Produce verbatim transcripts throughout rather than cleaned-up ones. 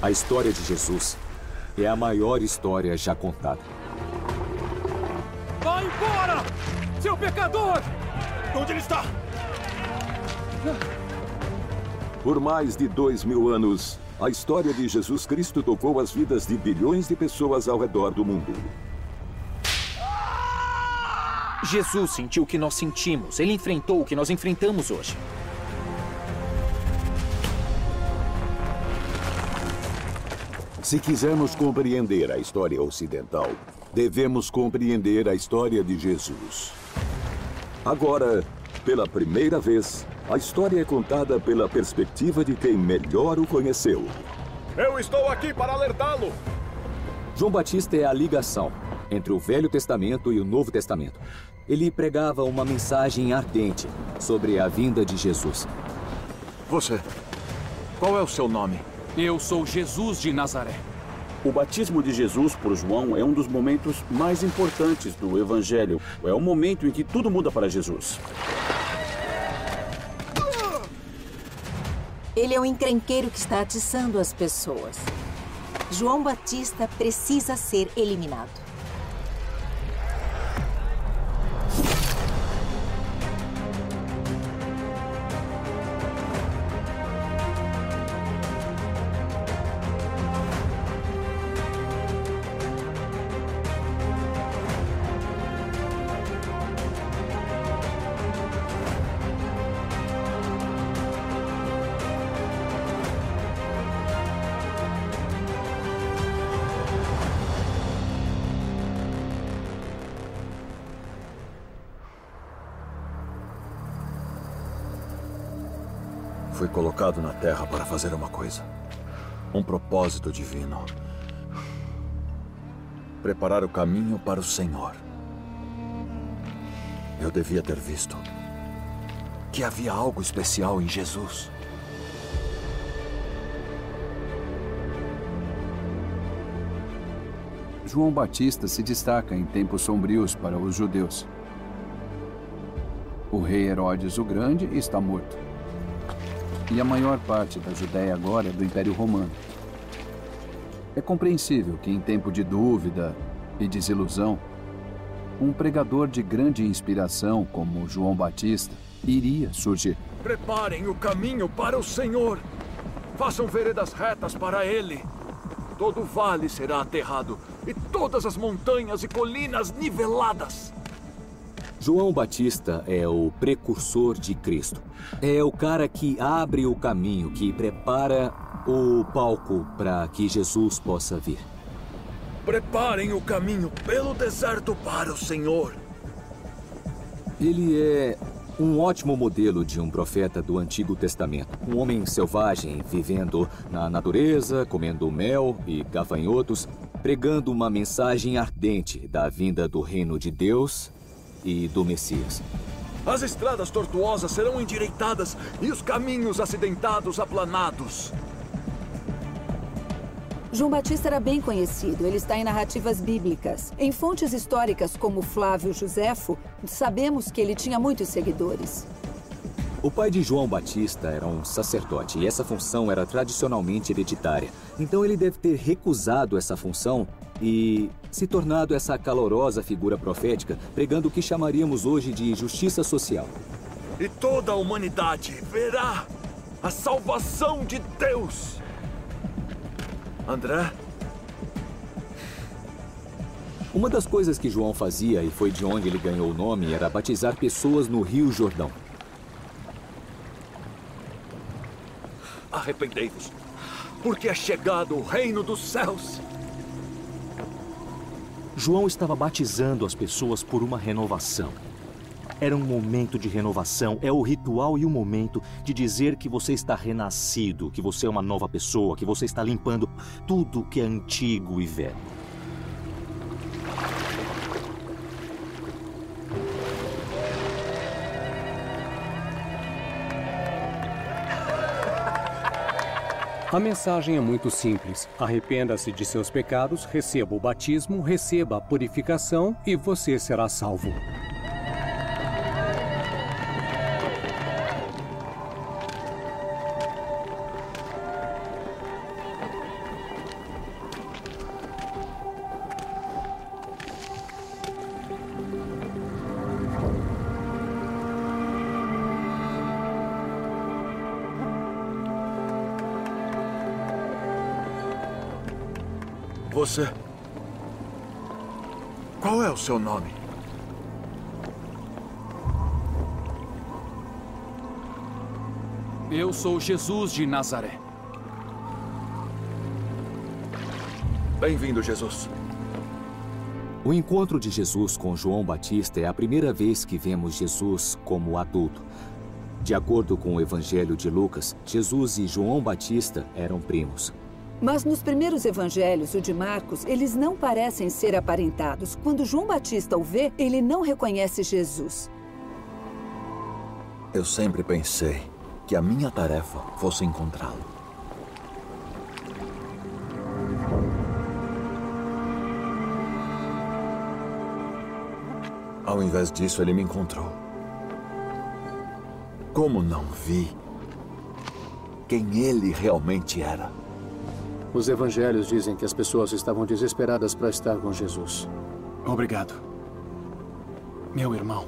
A história de Jesus é a maior história já contada. Vai embora, seu pecador! Onde ele está? Por mais de dois mil anos, a história de Jesus Cristo tocou as vidas de bilhões de pessoas ao redor do mundo. Jesus sentiu o que nós sentimos. Ele enfrentou o que nós enfrentamos hoje. Se quisermos compreender a história ocidental, devemos compreender a história de Jesus. Agora, pela primeira vez, a história é contada pela perspectiva de quem melhor o conheceu. Eu estou aqui para alertá-lo! João Batista é a ligação entre o Velho Testamento e o Novo Testamento. Ele pregava uma mensagem ardente sobre a vinda de Jesus. Você, qual é o seu nome? Eu sou Jesus de Nazaré. O batismo de Jesus por João é um dos momentos mais importantes do Evangelho. É o momento em que tudo muda para Jesus. Ele é um encrenqueiro que está atiçando as pessoas. João Batista precisa ser eliminado. Fui colocado na Terra para fazer uma coisa. Um propósito divino. Preparar o caminho para o Senhor. Eu devia ter visto que havia algo especial em Jesus. João Batista se destaca em tempos sombrios para os judeus. O rei Herodes o Grande está morto. E a maior parte da Judéia agora é do Império Romano. É compreensível que em tempo de dúvida e desilusão, um pregador de grande inspiração como João Batista iria surgir. Preparem o caminho para o Senhor. Façam veredas retas para Ele. Todo vale será aterrado e todas as montanhas e colinas niveladas. João Batista é o precursor de Cristo. É o cara que abre o caminho, que prepara o palco para que Jesus possa vir. Preparem o caminho pelo deserto para o Senhor. Ele é um ótimo modelo de um profeta do Antigo Testamento. Um homem selvagem, vivendo na natureza, comendo mel e gafanhotos, pregando uma mensagem ardente da vinda do reino de Deus e do Messias. As estradas tortuosas serão endireitadas e os caminhos acidentados aplanados. João Batista era bem conhecido. Ele está em narrativas bíblicas. Em fontes históricas como Flávio Josefo, sabemos que ele tinha muitos seguidores. O pai de João Batista era um sacerdote e essa função era tradicionalmente hereditária. Então ele deve ter recusado essa função e se tornado essa calorosa figura profética, pregando o que chamaríamos hoje de justiça social. E toda a humanidade verá a salvação de Deus. André? Uma das coisas que João fazia, e foi de onde ele ganhou o nome, era batizar pessoas no Rio Jordão. Arrependei-vos, porque é chegado o reino dos céus. João estava batizando as pessoas por uma renovação. Era um momento de renovação, é o ritual e o momento de dizer que você está renascido, que você é uma nova pessoa, que você está limpando tudo que é antigo e velho. A mensagem é muito simples. Arrependa-se de seus pecados, receba o batismo, receba a purificação e você será salvo. Você... Qual é o seu nome? Eu sou Jesus de Nazaré. Bem-vindo, Jesus. O encontro de Jesus com João Batista é a primeira vez que vemos Jesus como adulto. De acordo com o Evangelho de Lucas, Jesus e João Batista eram primos. Mas nos primeiros evangelhos, o de Marcos, eles não parecem ser aparentados. Quando João Batista o vê, ele não reconhece Jesus. Eu sempre pensei que a minha tarefa fosse encontrá-lo. Ao invés disso, ele me encontrou. Como não vi quem ele realmente era? Os evangelhos dizem que as pessoas estavam desesperadas para estar com Jesus. Obrigado, meu irmão.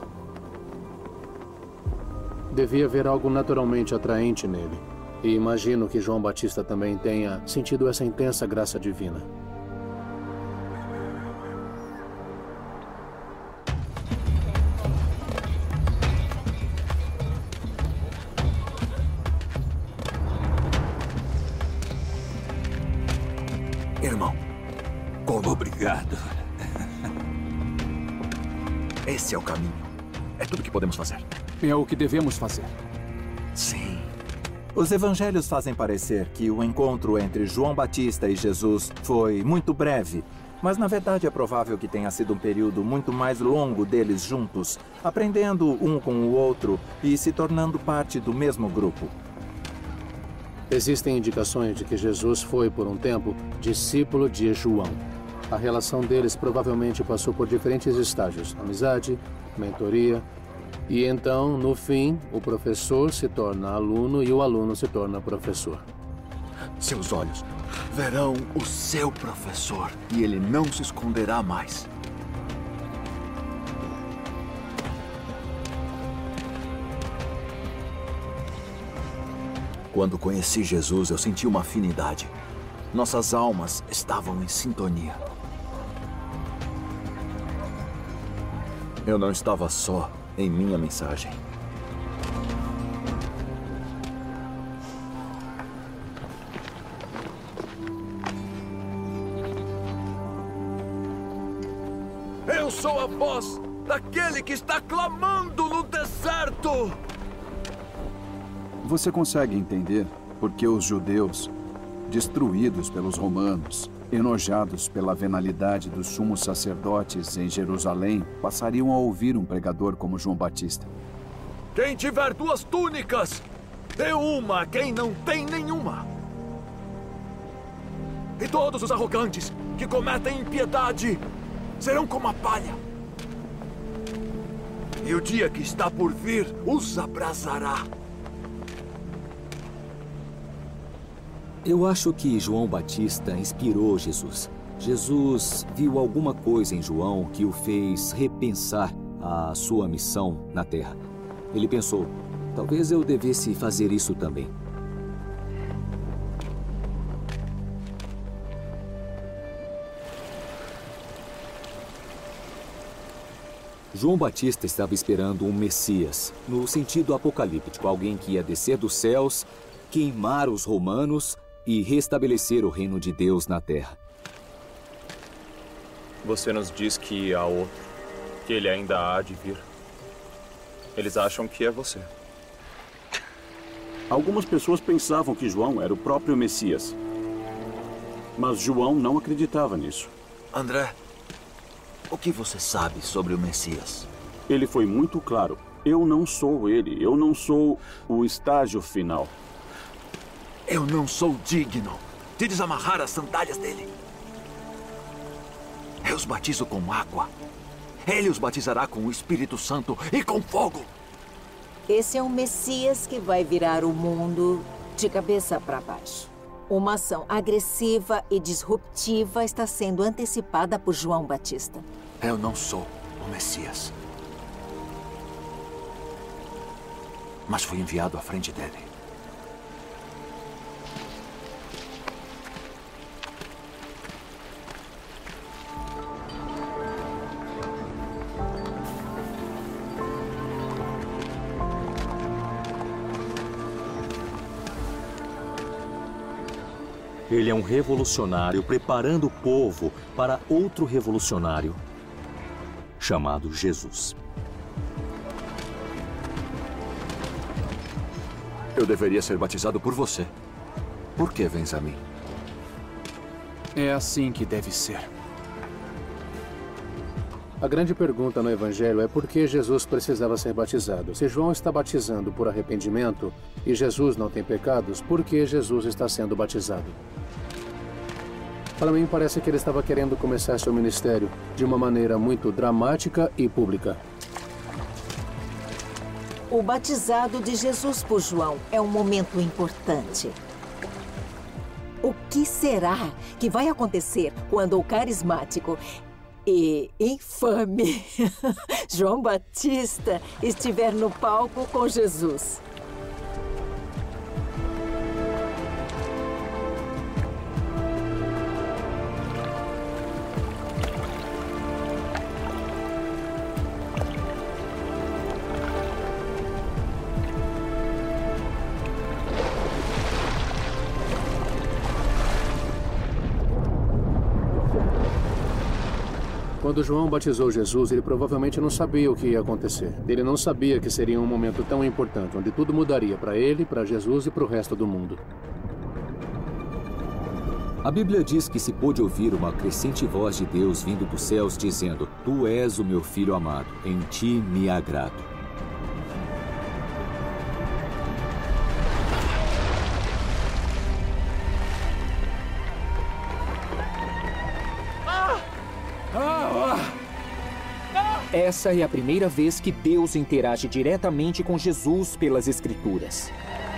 Devia haver algo naturalmente atraente nele. E imagino que João Batista também tenha sentido essa intensa graça divina. Irmão, como? Obrigado. Esse é o caminho. É tudo que podemos fazer. É o que devemos fazer. Sim. Os evangelhos fazem parecer que o encontro entre João Batista e Jesus foi muito breve, mas na verdade é provável que tenha sido um período muito mais longo deles juntos, aprendendo um com o outro e se tornando parte do mesmo grupo. Existem indicações de que Jesus foi, por um tempo, discípulo de João. A relação deles provavelmente passou por diferentes estágios: amizade, mentoria, e então, no fim, o professor se torna aluno e o aluno se torna professor. Seus olhos verão o seu professor e ele não se esconderá mais. Quando conheci Jesus, eu senti uma afinidade. Nossas almas estavam em sintonia. Eu não estava só em minha mensagem. Eu sou a voz daquele que está clamando no deserto. Você consegue entender por que os judeus, destruídos pelos romanos, enojados pela venalidade dos sumos sacerdotes em Jerusalém, passariam a ouvir um pregador como João Batista? Quem tiver duas túnicas, dê uma a quem não tem nenhuma. E todos os arrogantes que cometem impiedade serão como a palha. E o dia que está por vir os abrasará. Eu acho que João Batista inspirou Jesus. Jesus viu alguma coisa em João que o fez repensar a sua missão na Terra. Ele pensou, talvez eu devesse fazer isso também. João Batista estava esperando um Messias, no sentido apocalíptico, alguém que ia descer dos céus, queimar os romanos e restabelecer o reino de Deus na Terra. Você nos diz que há outro, que ele ainda há de vir. Eles acham que é você. Algumas pessoas pensavam que João era o próprio Messias. Mas João não acreditava nisso. André, o que você sabe sobre o Messias? Ele foi muito claro. Eu não sou ele. Eu não sou o estágio final. Eu não sou digno de desamarrar as sandálias dele. Eu os batizo com água. Ele os batizará com o Espírito Santo e com fogo. Esse é um Messias que vai virar o mundo de cabeça para baixo. Uma ação agressiva e disruptiva está sendo antecipada por João Batista. Eu não sou o Messias. Mas fui enviado à frente dele. Ele é um revolucionário preparando o povo para outro revolucionário chamado Jesus. Eu deveria ser batizado por você. Por que vens a mim? É assim que deve ser. A grande pergunta no Evangelho é por que Jesus precisava ser batizado. Se João está batizando por arrependimento e Jesus não tem pecados, por que Jesus está sendo batizado? Para mim, parece que ele estava querendo começar seu ministério de uma maneira muito dramática e pública. O batizado de Jesus por João é um momento importante. O que será que vai acontecer quando o carismático e infame João Batista estiver no palco com Jesus? Quando João batizou Jesus, ele provavelmente não sabia o que ia acontecer. Ele não sabia que seria um momento tão importante, onde tudo mudaria para ele, para Jesus e para o resto do mundo. A Bíblia diz que se pôde ouvir uma crescente voz de Deus vindo dos céus dizendo: Tu és o meu filho amado, em ti me agrado. Essa é a primeira vez que Deus interage diretamente com Jesus pelas Escrituras.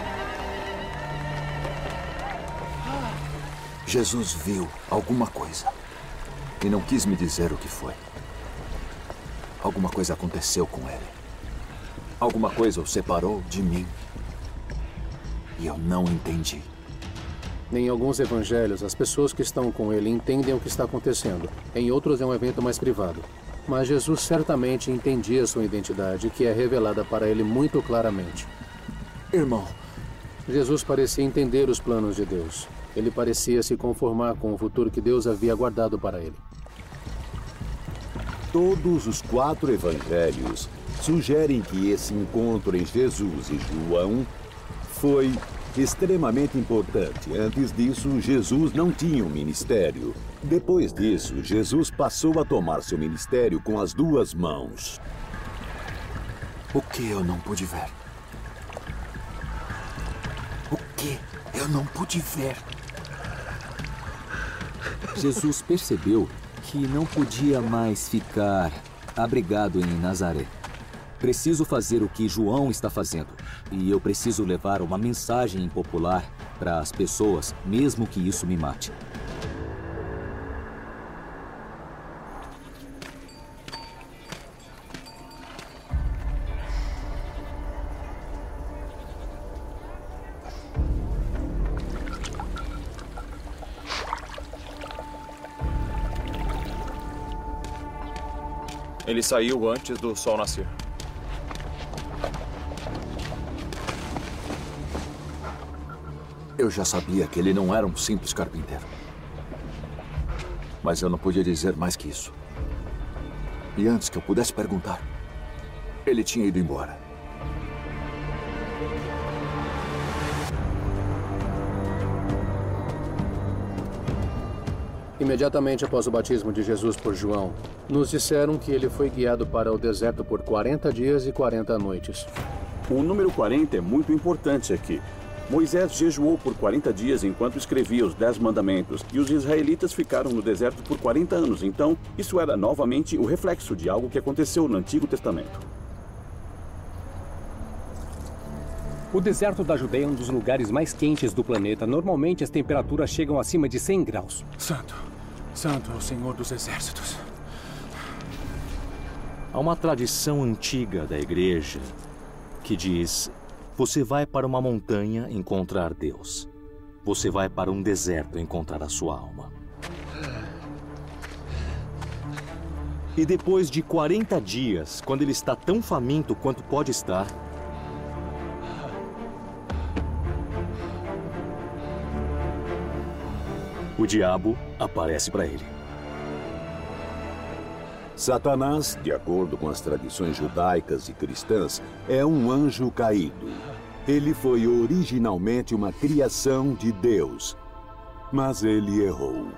Jesus viu alguma coisa e não quis me dizer o que foi. Alguma coisa aconteceu com ele. Alguma coisa o separou de mim. E eu não entendi. Em alguns evangelhos, as pessoas que estão com ele entendem o que está acontecendo. Em outros, é um evento mais privado. Mas Jesus certamente entendia sua identidade, que é revelada para ele muito claramente. Irmão, Jesus parecia entender os planos de Deus. Ele parecia se conformar com o futuro que Deus havia guardado para ele. Todos os quatro evangelhos sugerem que esse encontro em Jesus e João foi extremamente importante. Antes disso, Jesus não tinha um ministério. Depois disso, Jesus passou a tomar seu ministério com as duas mãos. O que eu não pude ver? O que eu não pude ver? Jesus percebeu que não podia mais ficar abrigado em Nazaré. Preciso fazer o que João está fazendo. E eu preciso levar uma mensagem impopular para as pessoas, mesmo que isso me mate. Ele saiu antes do sol nascer. Eu já sabia que ele não era um simples carpinteiro. Mas eu não podia dizer mais que isso. E antes que eu pudesse perguntar, ele tinha ido embora. Imediatamente após o batismo de Jesus por João, nos disseram que ele foi guiado para o deserto por quarenta dias e quarenta noites. O número quarenta é muito importante aqui. Moisés jejuou por quarenta dias enquanto escrevia os Dez Mandamentos, e os israelitas ficaram no deserto por quarenta anos. Então, isso era novamente o reflexo de algo que aconteceu no Antigo Testamento. O deserto da Judeia é um dos lugares mais quentes do planeta. Normalmente, as temperaturas chegam acima de cem graus. Santo, santo é o Senhor dos Exércitos. Há uma tradição antiga da igreja que diz: você vai para uma montanha encontrar Deus. Você vai para um deserto encontrar a sua alma. E depois de quarenta dias, quando ele está tão faminto quanto pode estar, o diabo aparece para ele. Satanás, de acordo com as tradições judaicas e cristãs, é um anjo caído. Ele foi originalmente uma criação de Deus, mas ele errou.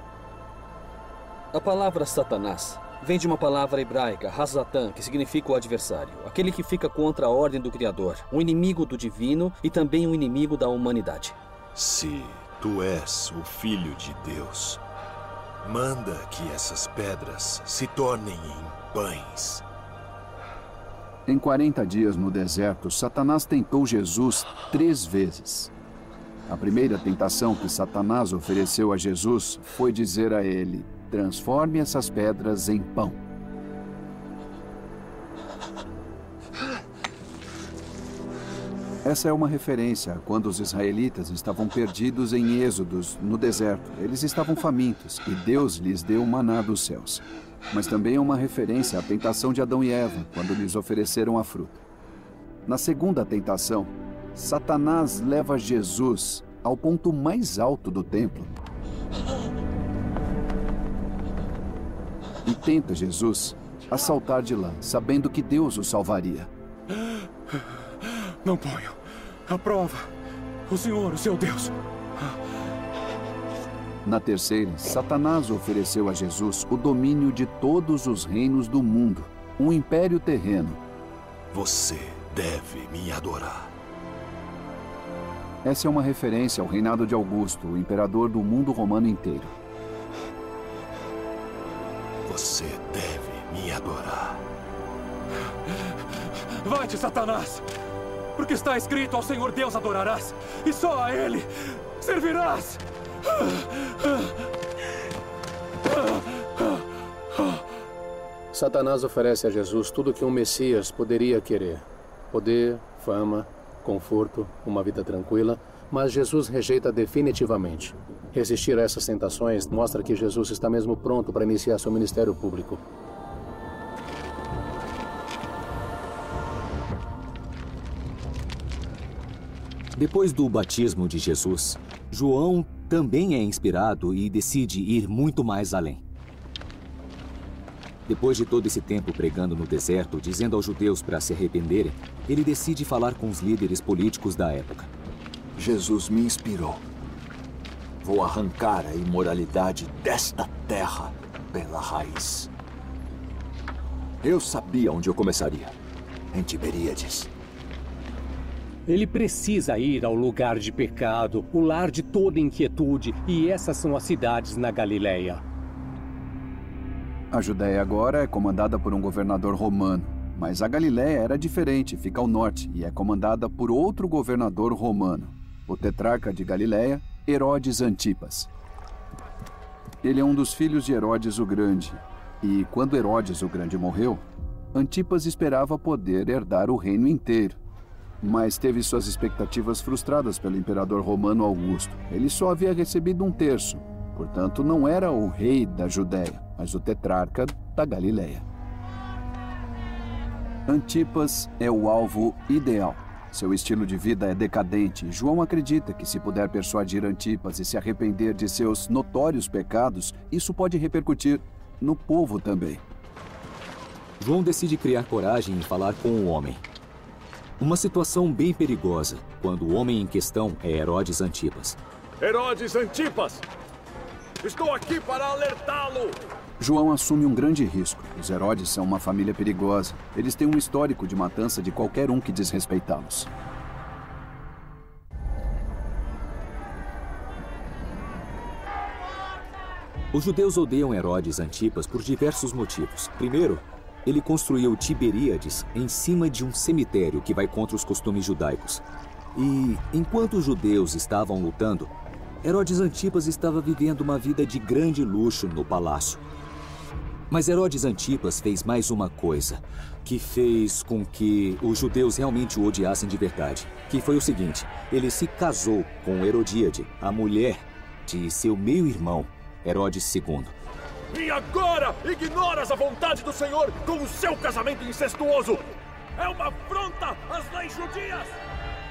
A palavra Satanás vem de uma palavra hebraica, Hasatan, que significa o adversário, aquele que fica contra a ordem do Criador, um inimigo do divino e também um inimigo da humanidade. Se tu és o Filho de Deus, manda que essas pedras se tornem em pães. Em quarenta dias no deserto, Satanás tentou Jesus três vezes. A primeira tentação que Satanás ofereceu a Jesus foi dizer a ele: transforme essas pedras em pão. Essa é uma referência a quando os israelitas estavam perdidos em Êxodos, no deserto. Eles estavam famintos e Deus lhes deu o maná dos céus. Mas também é uma referência à tentação de Adão e Eva, quando lhes ofereceram a fruta. Na segunda tentação, Satanás leva Jesus ao ponto mais alto do templo e tenta Jesus a saltar de lá, sabendo que Deus o salvaria. Não ponho à prova o Senhor, o seu Deus. Na terceira, Satanás ofereceu a Jesus o domínio de todos os reinos do mundo, um império terreno. Você deve me adorar. Essa é uma referência ao reinado de Augusto, o imperador do mundo romano inteiro. Você deve me adorar. Vai-te, Satanás! Porque está escrito: ao Senhor Deus adorarás, e só a Ele servirás! Satanás oferece a Jesus tudo o que um Messias poderia querer: poder, fama, conforto, uma vida tranquila, mas Jesus rejeita definitivamente. Resistir a essas tentações mostra que Jesus está mesmo pronto para iniciar seu ministério público. Depois do batismo de Jesus, João também é inspirado e decide ir muito mais além. Depois de todo esse tempo pregando no deserto, dizendo aos judeus para se arrependerem, ele decide falar com os líderes políticos da época. Jesus me inspirou. Vou arrancar a imoralidade desta terra pela raiz. Eu sabia onde eu começaria. Em Tiberíades. Ele precisa ir ao lugar de pecado, o lar de toda inquietude, e essas são as cidades na Galileia. A Judéia agora é comandada por um governador romano, mas a Galileia era diferente, fica ao norte, e é comandada por outro governador romano, o tetrarca de Galileia, Herodes Antipas. Ele é um dos filhos de Herodes o Grande, e quando Herodes o Grande morreu, Antipas esperava poder herdar o reino inteiro. Mas teve suas expectativas frustradas pelo imperador romano Augusto. Ele só havia recebido um terço, portanto não era o rei da Judéia, mas o tetrarca da Galileia. Antipas é o alvo ideal. Seu estilo de vida é decadente. João acredita que se puder persuadir Antipas e se arrepender de seus notórios pecados, isso pode repercutir no povo também. João decide criar coragem e falar com o homem. Uma situação bem perigosa, quando o homem em questão é Herodes Antipas. Herodes Antipas! Estou aqui para alertá-lo! João assume um grande risco. Os Herodes são uma família perigosa. Eles têm um histórico de matança de qualquer um que desrespeitá-los. Os judeus odeiam Herodes Antipas por diversos motivos. Primeiro, ele construiu Tiberíades em cima de um cemitério que vai contra os costumes judaicos. E, enquanto os judeus estavam lutando, Herodes Antipas estava vivendo uma vida de grande luxo no palácio. Mas Herodes Antipas fez mais uma coisa, que fez com que os judeus realmente o odiassem de verdade. Que foi o seguinte: ele se casou com Herodíade, a mulher de seu meio-irmão, Herodes segundo. E agora ignoras a vontade do Senhor com o seu casamento incestuoso! É uma afronta às leis judias!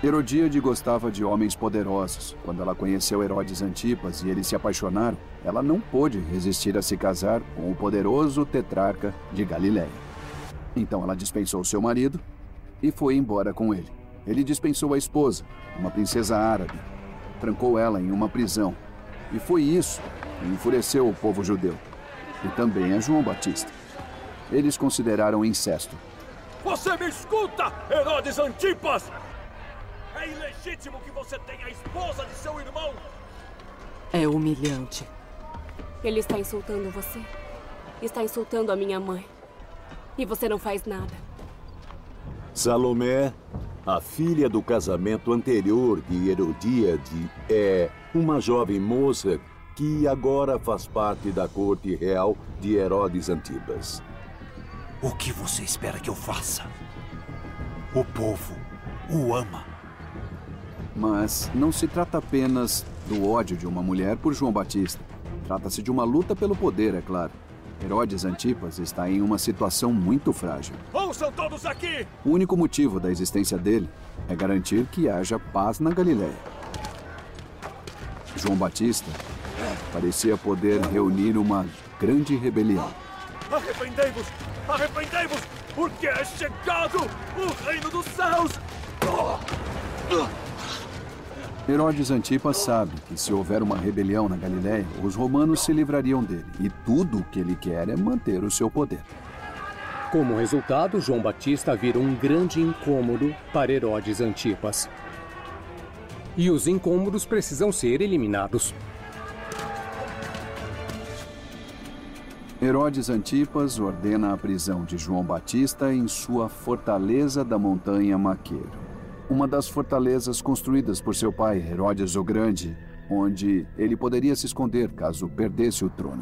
Herodíade gostava de homens poderosos. Quando ela conheceu Herodes Antipas e eles se apaixonaram, ela não pôde resistir a se casar com o poderoso tetrarca de Galiléia. Então ela dispensou seu marido e foi embora com ele. Ele dispensou a esposa, uma princesa árabe, trancou ela em uma prisão. E foi isso que enfureceu o povo judeu. E também a João Batista. Eles consideraram incesto. Você me escuta, Herodes Antipas! É ilegítimo que você tenha a esposa de seu irmão! É humilhante. Ele está insultando você. Está insultando a minha mãe. E você não faz nada. Salomé, a filha do casamento anterior de Herodíade, é uma jovem moça que agora faz parte da corte real de Herodes Antipas. O que você espera que eu faça? O povo o ama. Mas não se trata apenas do ódio de uma mulher por João Batista. Trata-se de uma luta pelo poder, é claro. Herodes Antipas está em uma situação muito frágil. Ouçam todos aqui! O único motivo da existência dele é garantir que haja paz na Galiléia. João Batista parecia poder reunir uma grande rebelião. Arrependei-vos! Arrependei-vos! Porque é chegado o reino dos céus! Herodes Antipas sabe que se houver uma rebelião na Galiléia, os romanos se livrariam dele. E tudo o que ele quer é manter o seu poder. Como resultado, João Batista vira um grande incômodo para Herodes Antipas. E os incômodos precisam ser eliminados. Herodes Antipas ordena a prisão de João Batista em sua fortaleza da montanha Maqueiro. Uma das fortalezas construídas por seu pai, Herodes o Grande, onde ele poderia se esconder caso perdesse o trono.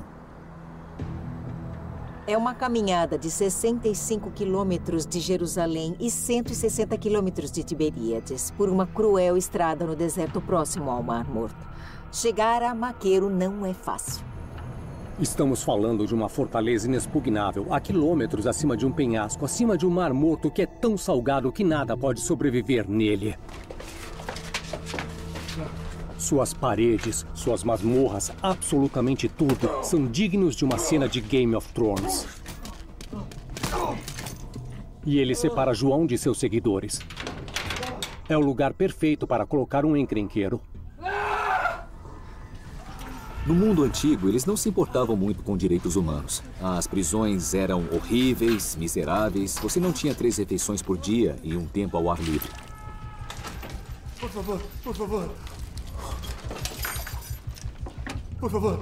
É uma caminhada de sessenta e cinco quilômetros de Jerusalém e cento e sessenta quilômetros de Tiberíades, por uma cruel estrada no deserto próximo ao Mar Morto. Chegar a Maqueiro não é fácil. Estamos falando de uma fortaleza inexpugnável, a quilômetros acima de um penhasco, acima de um mar morto que é tão salgado que nada pode sobreviver nele. Suas paredes, suas masmorras, absolutamente tudo, são dignos de uma cena de Game of Thrones. E ele separa João de seus seguidores. É o lugar perfeito para colocar um encrenqueiro. No mundo antigo, eles não se importavam muito com direitos humanos. As prisões eram horríveis, miseráveis. Você não tinha três refeições por dia e um tempo ao ar livre. Por favor, por favor. Por favor.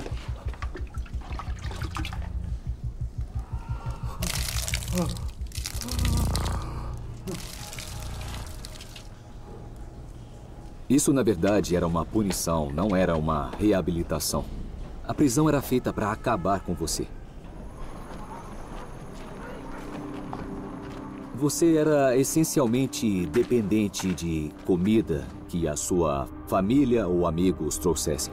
Isso, na verdade, era uma punição, não era uma reabilitação. A prisão era feita para acabar com você. Você era essencialmente dependente de comida que a sua família ou amigos trouxessem.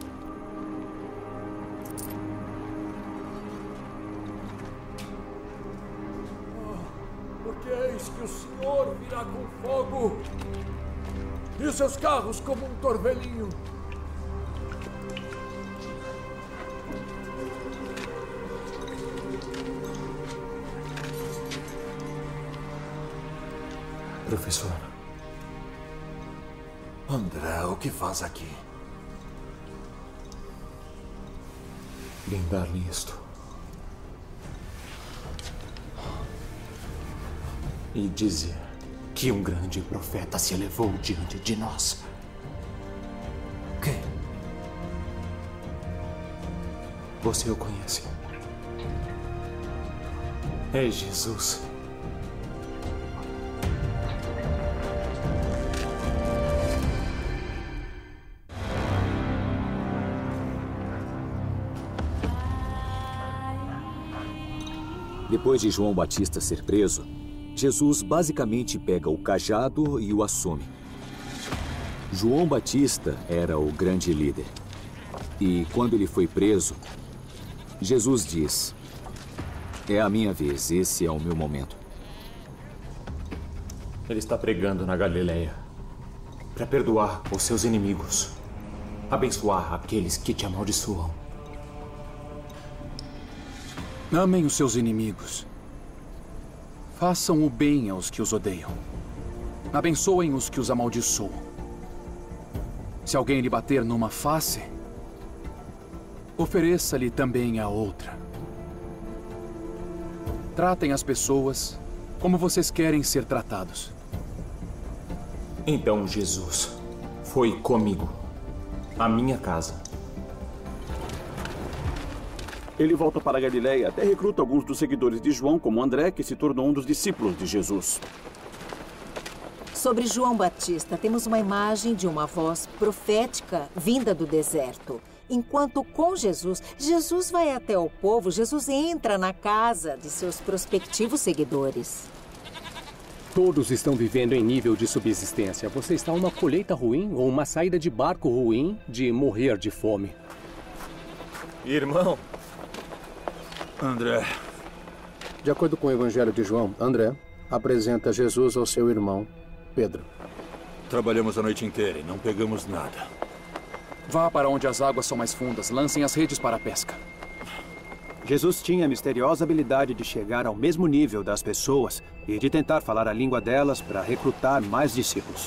Porque eis que o Senhor virá com fogo e os seus carros como um torvelinho. Professor. André, o que faz aqui? Vim dar-lhe isto. E dizer que um grande profeta se elevou diante de nós. Quem? Você o conhece. É Jesus. Depois de João Batista ser preso, Jesus basicamente pega o cajado e o assume. João Batista era o grande líder. E quando ele foi preso, Jesus diz: é a minha vez, esse é o meu momento. Ele está pregando na Galileia. para perdoar os seus inimigos, abençoar aqueles que te amaldiçoam. Amem os seus inimigos. Façam o bem aos que os odeiam. Abençoem os que os amaldiçoam. Se alguém lhe bater numa face, ofereça-lhe também a outra. Tratem as pessoas como vocês querem ser tratados. Então Jesus foi comigo, à minha casa. Ele volta para a Galileia, até recruta alguns dos seguidores de João, como André, que se tornou um dos discípulos de Jesus. Sobre João Batista, temos uma imagem de uma voz profética vinda do deserto. Enquanto com Jesus, Jesus vai até o povo, Jesus entra na casa de seus prospectivos seguidores. Todos estão vivendo em nível de subsistência. Você está uma colheita ruim ou uma saída de barco ruim de morrer de fome. Irmão. André. De acordo com o Evangelho de João, André apresenta Jesus ao seu irmão, Pedro. Trabalhamos a noite inteira e não pegamos nada. Vá para onde as águas são mais fundas. Lancem as redes para a pesca. Jesus tinha a misteriosa habilidade de chegar ao mesmo nível das pessoas e de tentar falar a língua delas para recrutar mais discípulos.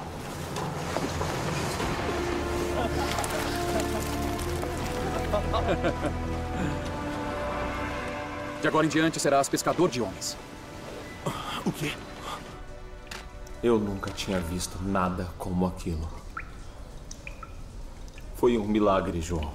De agora em diante serás pescador de homens. O quê? Eu nunca tinha visto nada como aquilo. Foi um milagre, João.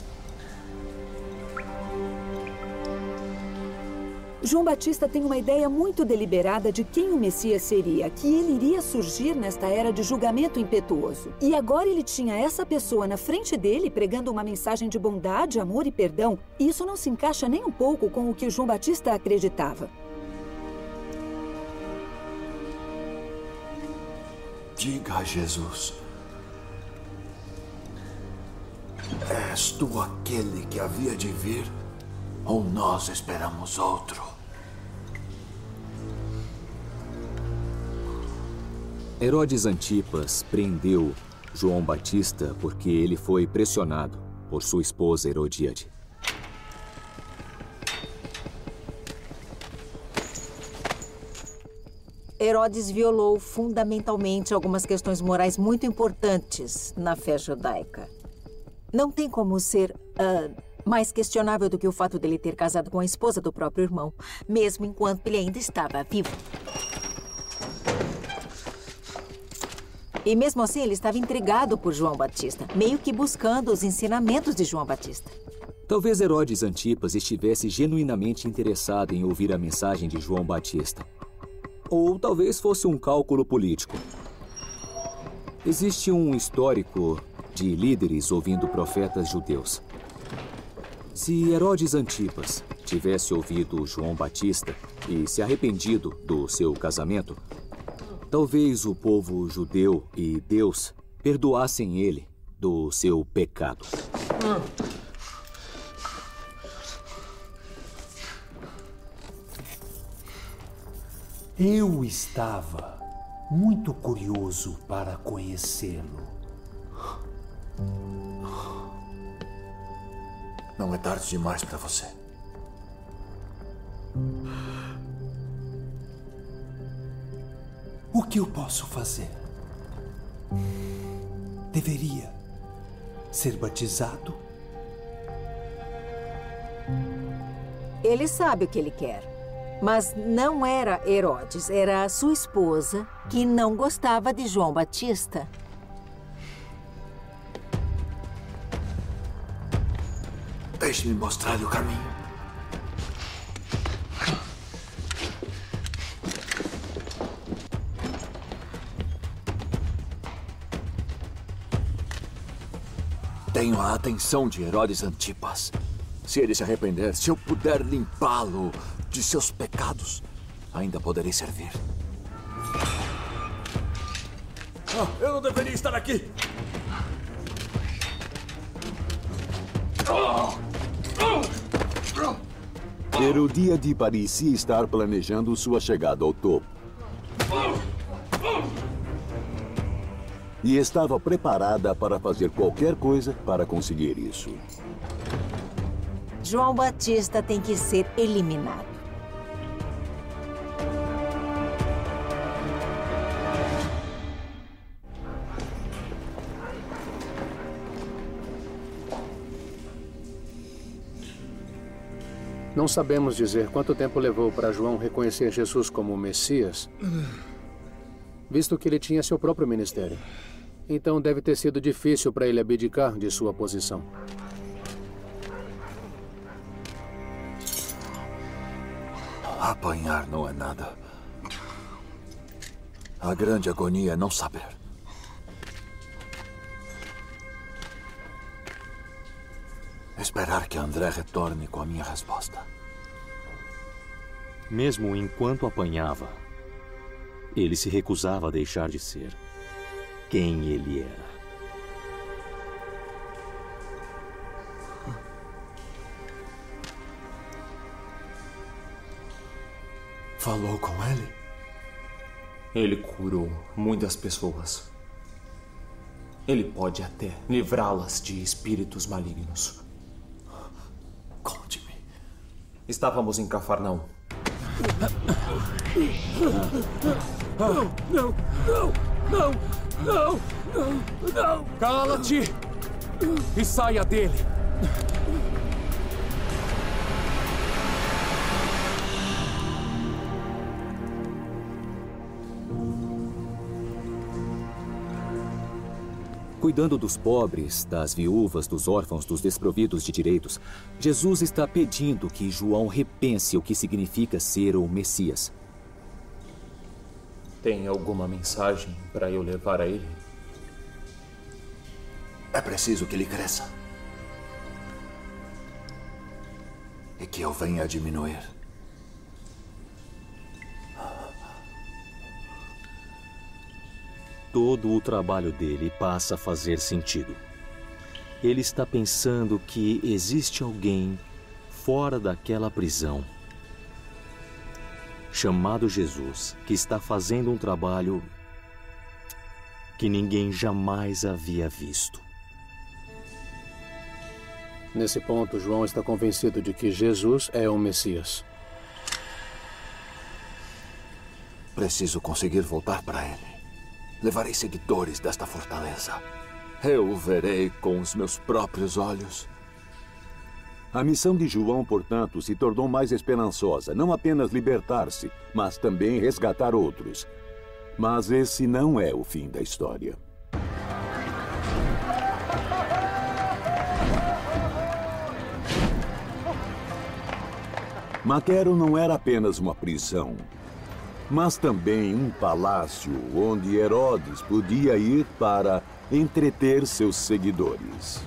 João Batista tem uma ideia muito deliberada de quem o Messias seria, que ele iria surgir nesta era de julgamento impetuoso. E agora ele tinha essa pessoa na frente dele pregando uma mensagem de bondade, amor e perdão. E isso não se encaixa nem um pouco com o que João Batista acreditava. Diga a Jesus: és tu aquele que havia de vir, ou nós esperamos outro? Herodes Antipas prendeu João Batista porque ele foi pressionado por sua esposa Herodíade. Herodes violou fundamentalmente algumas questões morais muito importantes na fé judaica. Não tem como ser uh, mais questionável do que o fato dele ter casado com a esposa do próprio irmão, mesmo enquanto ele ainda estava vivo. E mesmo assim, ele estava intrigado por João Batista, meio que buscando os ensinamentos de João Batista. Talvez Herodes Antipas estivesse genuinamente interessado em ouvir a mensagem de João Batista. Ou talvez fosse um cálculo político. Existe um histórico de líderes ouvindo profetas judeus. Se Herodes Antipas tivesse ouvido João Batista e se arrependido do seu casamento, talvez o povo judeu e Deus perdoassem ele do seu pecado. Eu estava muito curioso para conhecê-lo. Não é tarde demais para você. O que eu posso fazer? Deveria ser batizado? Ele sabe o que ele quer. Mas não era Herodes, era a sua esposa que não gostava de João Batista. Deixe-me mostrar-lhe o caminho. Tenho a atenção de Herodes Antipas. Se ele se arrepender, se eu puder limpá-lo de seus pecados, ainda poderei servir. Ah, eu não deveria estar aqui! Herodíade parecia estar planejando sua chegada ao topo. E estava preparada para fazer qualquer coisa para conseguir isso. João Batista tem que ser eliminado. Não sabemos dizer quanto tempo levou para João reconhecer Jesus como o Messias, visto que ele tinha seu próprio ministério. Então deve ter sido difícil para ele abdicar de sua posição. Apanhar não é nada. A grande agonia é não saber. Esperar que André retorne com a minha resposta. Mesmo enquanto apanhava, ele se recusava a deixar de ser quem ele era. Falou com ele? Ele curou muitas pessoas. Ele pode até livrá-las de espíritos malignos. Conte-me. Estávamos em Cafarnaum. Não, não, não, não, não, não, não. Cala-te e saia dele. Cuidando dos pobres, das viúvas, dos órfãos, dos desprovidos de direitos, Jesus está pedindo que João repense o que significa ser o Messias. Tem alguma mensagem para eu levar a ele? É preciso que ele cresça. E que eu venha a diminuir. Todo o trabalho dele passa a fazer sentido. Ele está pensando que existe alguém fora daquela prisão, chamado Jesus, que está fazendo um trabalho que ninguém jamais havia visto. Nesse ponto, João está convencido de que Jesus é o Messias. Preciso conseguir voltar para ele. Levarei seguidores desta fortaleza. Eu o verei com os meus próprios olhos. A missão de João, portanto, se tornou mais esperançosa. Não apenas libertar-se, mas também resgatar outros. Mas esse não é o fim da história. Maquero não era apenas uma prisão, mas também um palácio onde Herodes podia ir para entreter seus seguidores.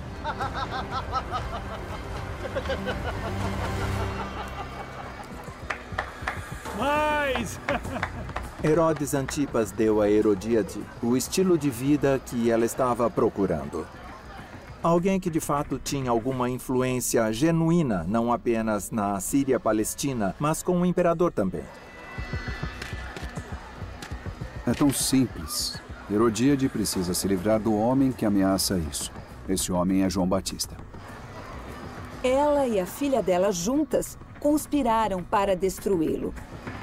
Mas... Herodes Antipas deu a Herodíade o estilo de vida que ela estava procurando. Alguém que de fato tinha alguma influência genuína, não apenas na Síria-Palestina, mas com o imperador também. É tão simples. Herodíade precisa se livrar do homem que ameaça isso. Esse homem é João Batista. Ela e a filha dela juntas conspiraram para destruí-lo.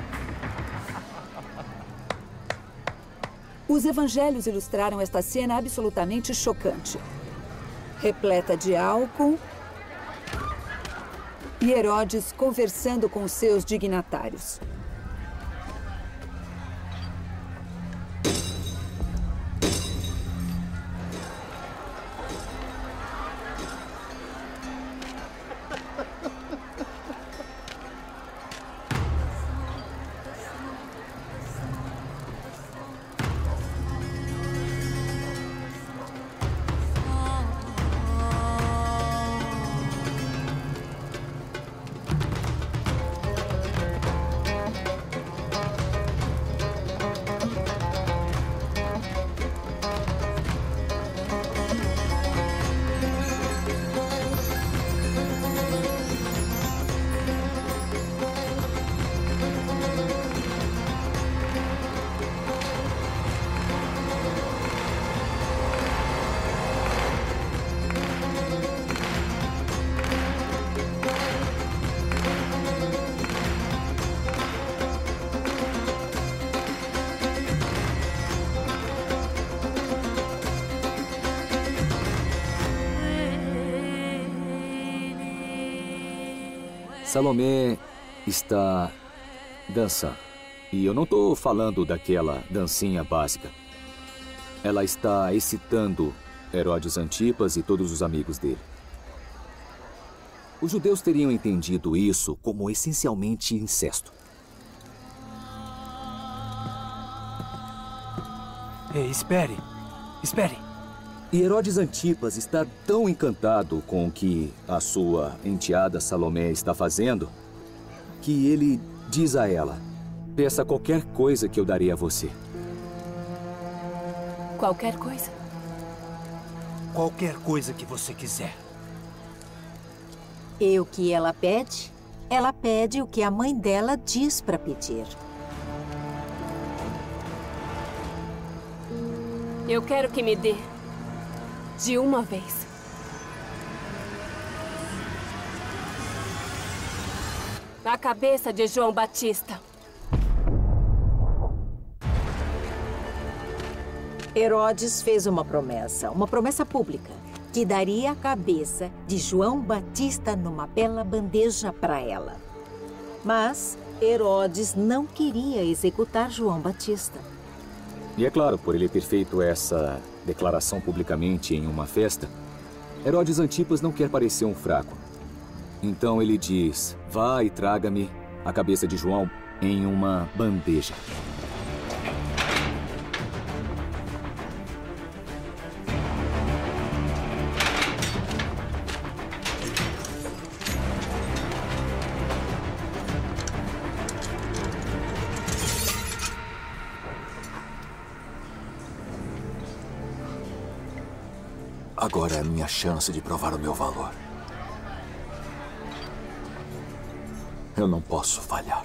Os evangelhos ilustraram esta cena absolutamente chocante. Repleta de álcool e Herodes conversando com seus dignatários. Salomé está dançando. E eu não estou falando daquela dancinha básica. Ela está excitando Herodes Antipas e todos os amigos dele. Os judeus teriam entendido isso como essencialmente incesto. Ei, espere. Espere. E Herodes Antipas está tão encantado com o que a sua enteada Salomé está fazendo, que ele diz a ela: peça qualquer coisa que eu darei a você. Qualquer coisa? Qualquer coisa que você quiser. E o que ela pede? Ela pede o que a mãe dela diz para pedir. Eu quero que me dê de uma vez. A cabeça de João Batista. Herodes fez uma promessa, uma promessa pública, que daria a cabeça de João Batista numa bela bandeja para ela. Mas Herodes não queria executar João Batista. E é claro, por ele ter feito essa declaração publicamente em uma festa, Herodes Antipas não quer parecer um fraco. Então ele diz: vá e traga-me a cabeça de João em uma bandeja. Agora é a minha chance de provar o meu valor. Eu não posso falhar.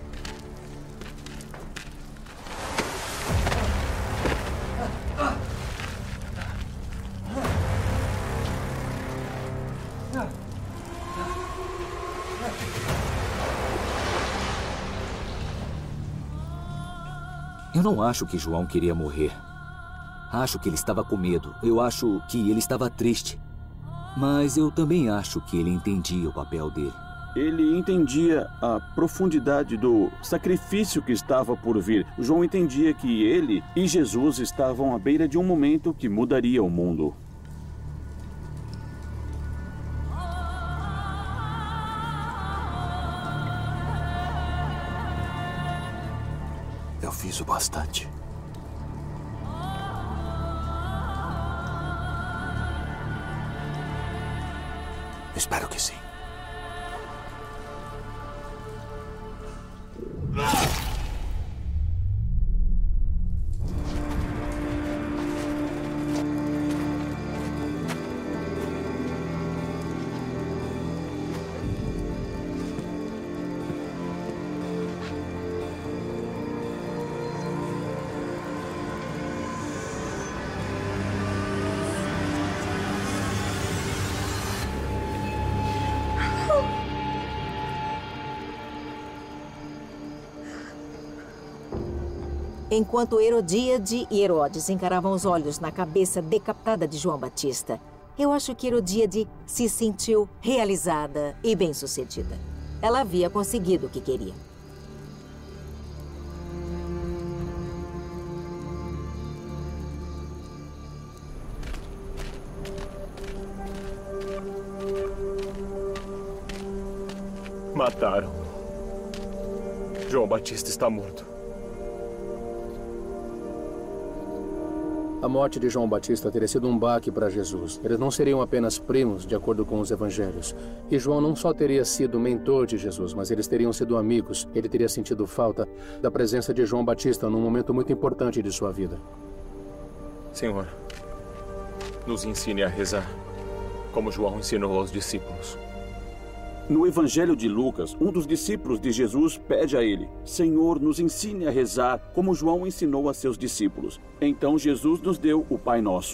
Eu não acho que João queria morrer. Acho que ele estava com medo. Eu acho que ele estava triste. Mas eu também acho que ele entendia o papel dele. Ele entendia a profundidade do sacrifício que estava por vir. João entendia que ele e Jesus estavam à beira de um momento que mudaria o mundo. Eu fiz o bastante. Espero que sim. Enquanto Herodíade e Herodes encaravam os olhos na cabeça decapitada de João Batista, eu acho que Herodíade se sentiu realizada e bem-sucedida. Ela havia conseguido o que queria. Mataram. João Batista está morto. A morte de João Batista teria sido um baque para Jesus. Eles não seriam apenas primos, de acordo com os evangelhos. E João não só teria sido mentor de Jesus, mas eles teriam sido amigos. Ele teria sentido falta da presença de João Batista num momento muito importante de sua vida. Senhor, nos ensine a rezar, como João ensinou aos discípulos. No Evangelho de Lucas, um dos discípulos de Jesus pede a ele: Senhor, nos ensine a rezar como João ensinou a seus discípulos. Então Jesus nos deu o Pai Nosso.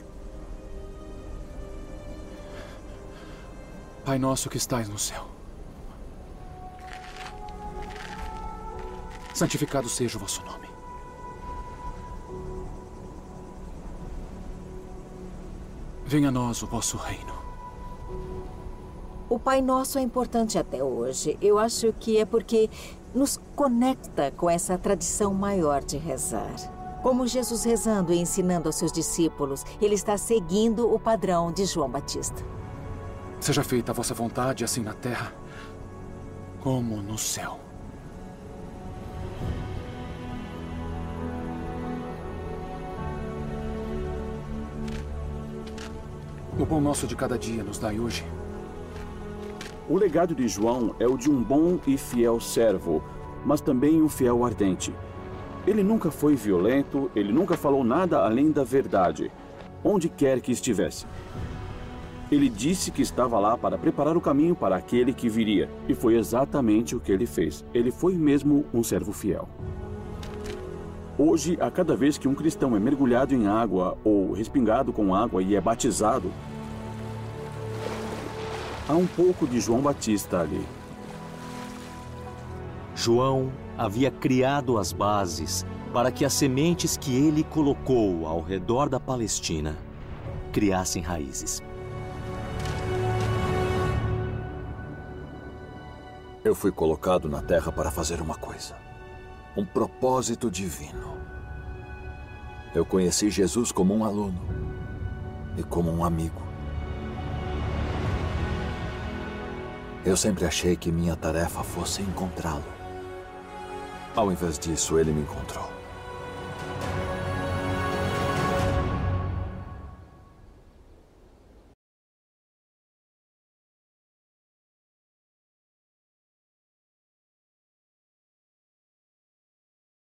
Pai nosso que estais no céu, santificado seja o vosso nome. Venha a nós o vosso reino. O Pai Nosso é importante até hoje. Eu acho que é porque nos conecta com essa tradição maior de rezar. Como Jesus rezando e ensinando aos seus discípulos, ele está seguindo o padrão de João Batista. Seja feita a vossa vontade, assim na terra como no céu. O pão nosso de cada dia nos dai hoje. O legado de João é o de um bom e fiel servo, mas também um fiel ardente. Ele nunca foi violento, ele nunca falou nada além da verdade, onde quer que estivesse. Ele disse que estava lá para preparar o caminho para aquele que viria, e foi exatamente o que ele fez. Ele foi mesmo um servo fiel. Hoje, a cada vez que um cristão é mergulhado em água ou respingado com água e é batizado, há um pouco de João Batista ali. João havia criado as bases para que as sementes que ele colocou ao redor da Palestina criassem raízes. Eu fui colocado na Terra para fazer uma coisa. Um propósito divino. Eu conheci Jesus como um aluno e como um amigo. Eu sempre achei que minha tarefa fosse encontrá-lo. Ao invés disso, ele me encontrou.